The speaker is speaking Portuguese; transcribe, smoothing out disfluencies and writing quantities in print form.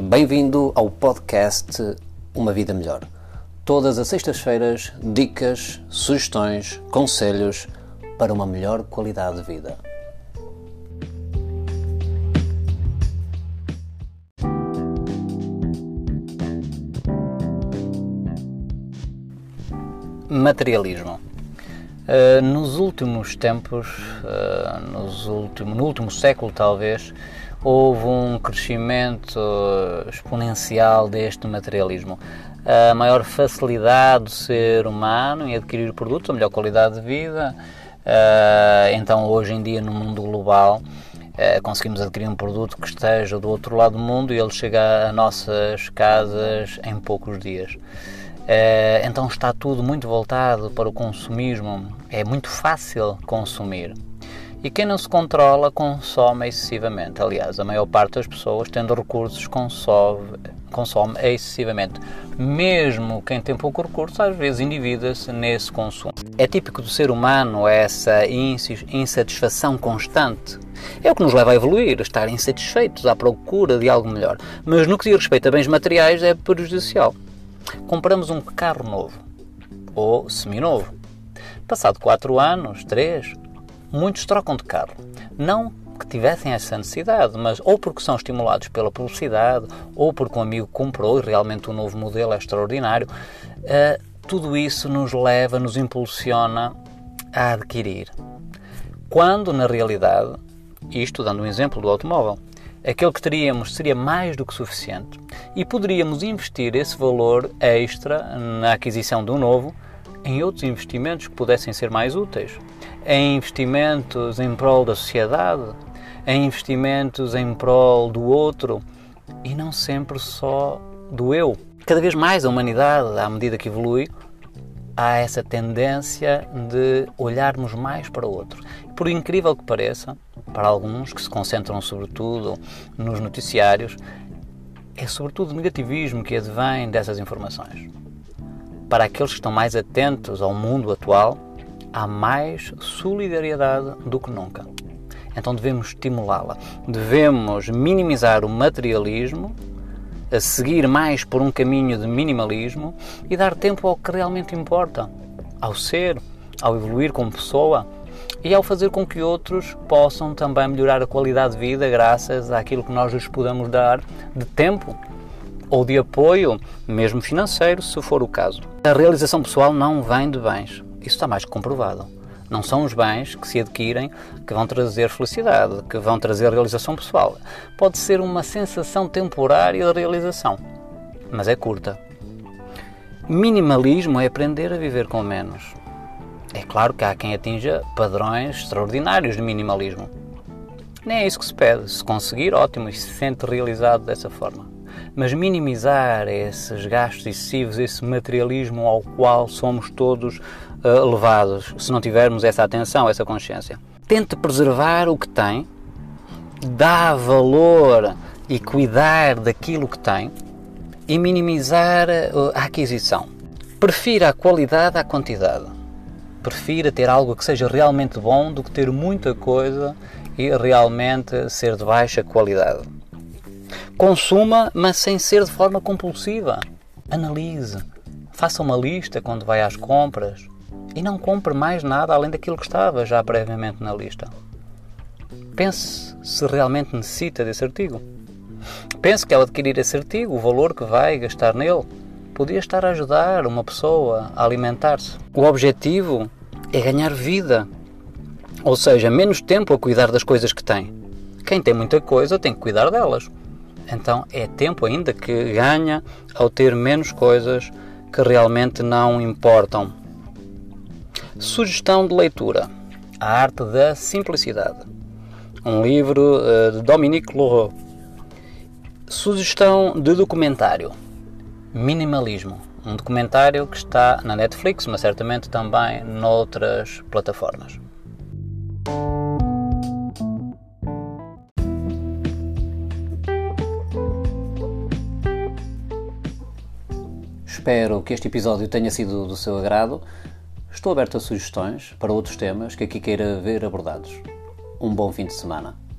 Bem-vindo ao podcast Uma Vida Melhor. Todas as sextas-feiras, dicas, sugestões, conselhos para uma melhor qualidade de vida. Materialismo. Nos últimos tempos, no último século talvez, houve um crescimento exponencial deste materialismo. A maior facilidade do ser humano em adquirir produtos, a melhor qualidade de vida. Então hoje em dia no mundo global conseguimos adquirir um produto que esteja do outro lado do mundo e ele chega a nossas casas em poucos dias. Então está tudo muito voltado para o consumismo, é muito fácil consumir. E quem não se controla consome excessivamente. Aliás, a maior parte das pessoas, tendo recursos, consome excessivamente. Mesmo quem tem pouco recurso, às vezes endivida-se nesse consumo. É típico do ser humano essa insatisfação constante. É o que nos leva a evoluir, a estar insatisfeitos à procura de algo melhor. Mas no que diz respeito a bens materiais é prejudicial. Compramos um carro novo, ou seminovo. Passado 4 anos, 3, muitos trocam de carro. Não que tivessem essa necessidade, mas ou porque são estimulados pela publicidade, ou porque um amigo comprou e realmente o novo modelo é extraordinário. Tudo isso nos impulsiona a adquirir. Quando, na realidade, isto dando um exemplo do automóvel, aquele que teríamos seria mais do que suficiente e poderíamos investir esse valor extra na aquisição de um novo em outros investimentos que pudessem ser mais úteis, em investimentos em prol da sociedade, em investimentos em prol do outro e não sempre só do eu. Cada vez mais a humanidade, à medida que evolui, há essa tendência de olharmos mais para o outro. Por incrível que pareça, para alguns que se concentram sobretudo nos noticiários, é sobretudo o negativismo que advém dessas informações. Para aqueles que estão mais atentos ao mundo atual, há mais solidariedade do que nunca. Então devemos estimulá-la, devemos minimizar o materialismo, a seguir mais por um caminho de minimalismo e dar tempo ao que realmente importa, ao ser, ao evoluir como pessoa e ao fazer com que outros possam também melhorar a qualidade de vida graças àquilo que nós lhes podemos dar de tempo ou de apoio, mesmo financeiro, se for o caso. A realização pessoal não vem de bens, isso está mais que comprovado. Não são os bens que se adquirem que vão trazer felicidade, que vão trazer realização pessoal. Pode ser uma sensação temporária de realização, mas é curta. Minimalismo é aprender a viver com menos. É claro que há quem atinja padrões extraordinários de minimalismo. Nem é isso que se pede. Se conseguir, ótimo, e se sente realizado dessa forma. Mas minimizar esses gastos excessivos, esse materialismo ao qual somos todos levados, se não tivermos essa atenção, essa consciência. Tente preservar o que tem, dar valor e cuidar daquilo que tem e minimizar a aquisição. Prefira a qualidade à quantidade. Prefira ter algo que seja realmente bom do que ter muita coisa e realmente ser de baixa qualidade. Consuma, mas sem ser de forma compulsiva. Analise. Faça uma lista quando vai às compras e não compre mais nada além daquilo que estava já previamente na lista. Pense se realmente necessita desse artigo. Pense que ao adquirir esse artigo, o valor que vai gastar nele podia estar a ajudar uma pessoa a alimentar-se. O objetivo é ganhar vida, ou seja, menos tempo a cuidar das coisas que tem. Quem tem muita coisa tem que cuidar delas. Então é tempo ainda que ganha ao ter menos coisas que realmente não importam. Sugestão de leitura: A Arte da Simplicidade. Um livro de Dominique Leroux. Sugestão de documentário: Minimalismo. Um documentário que está na Netflix, mas certamente também noutras plataformas. Espero que este episódio tenha sido do seu agrado. Estou aberto a sugestões para outros temas que aqui queira ver abordados. Um bom fim de semana.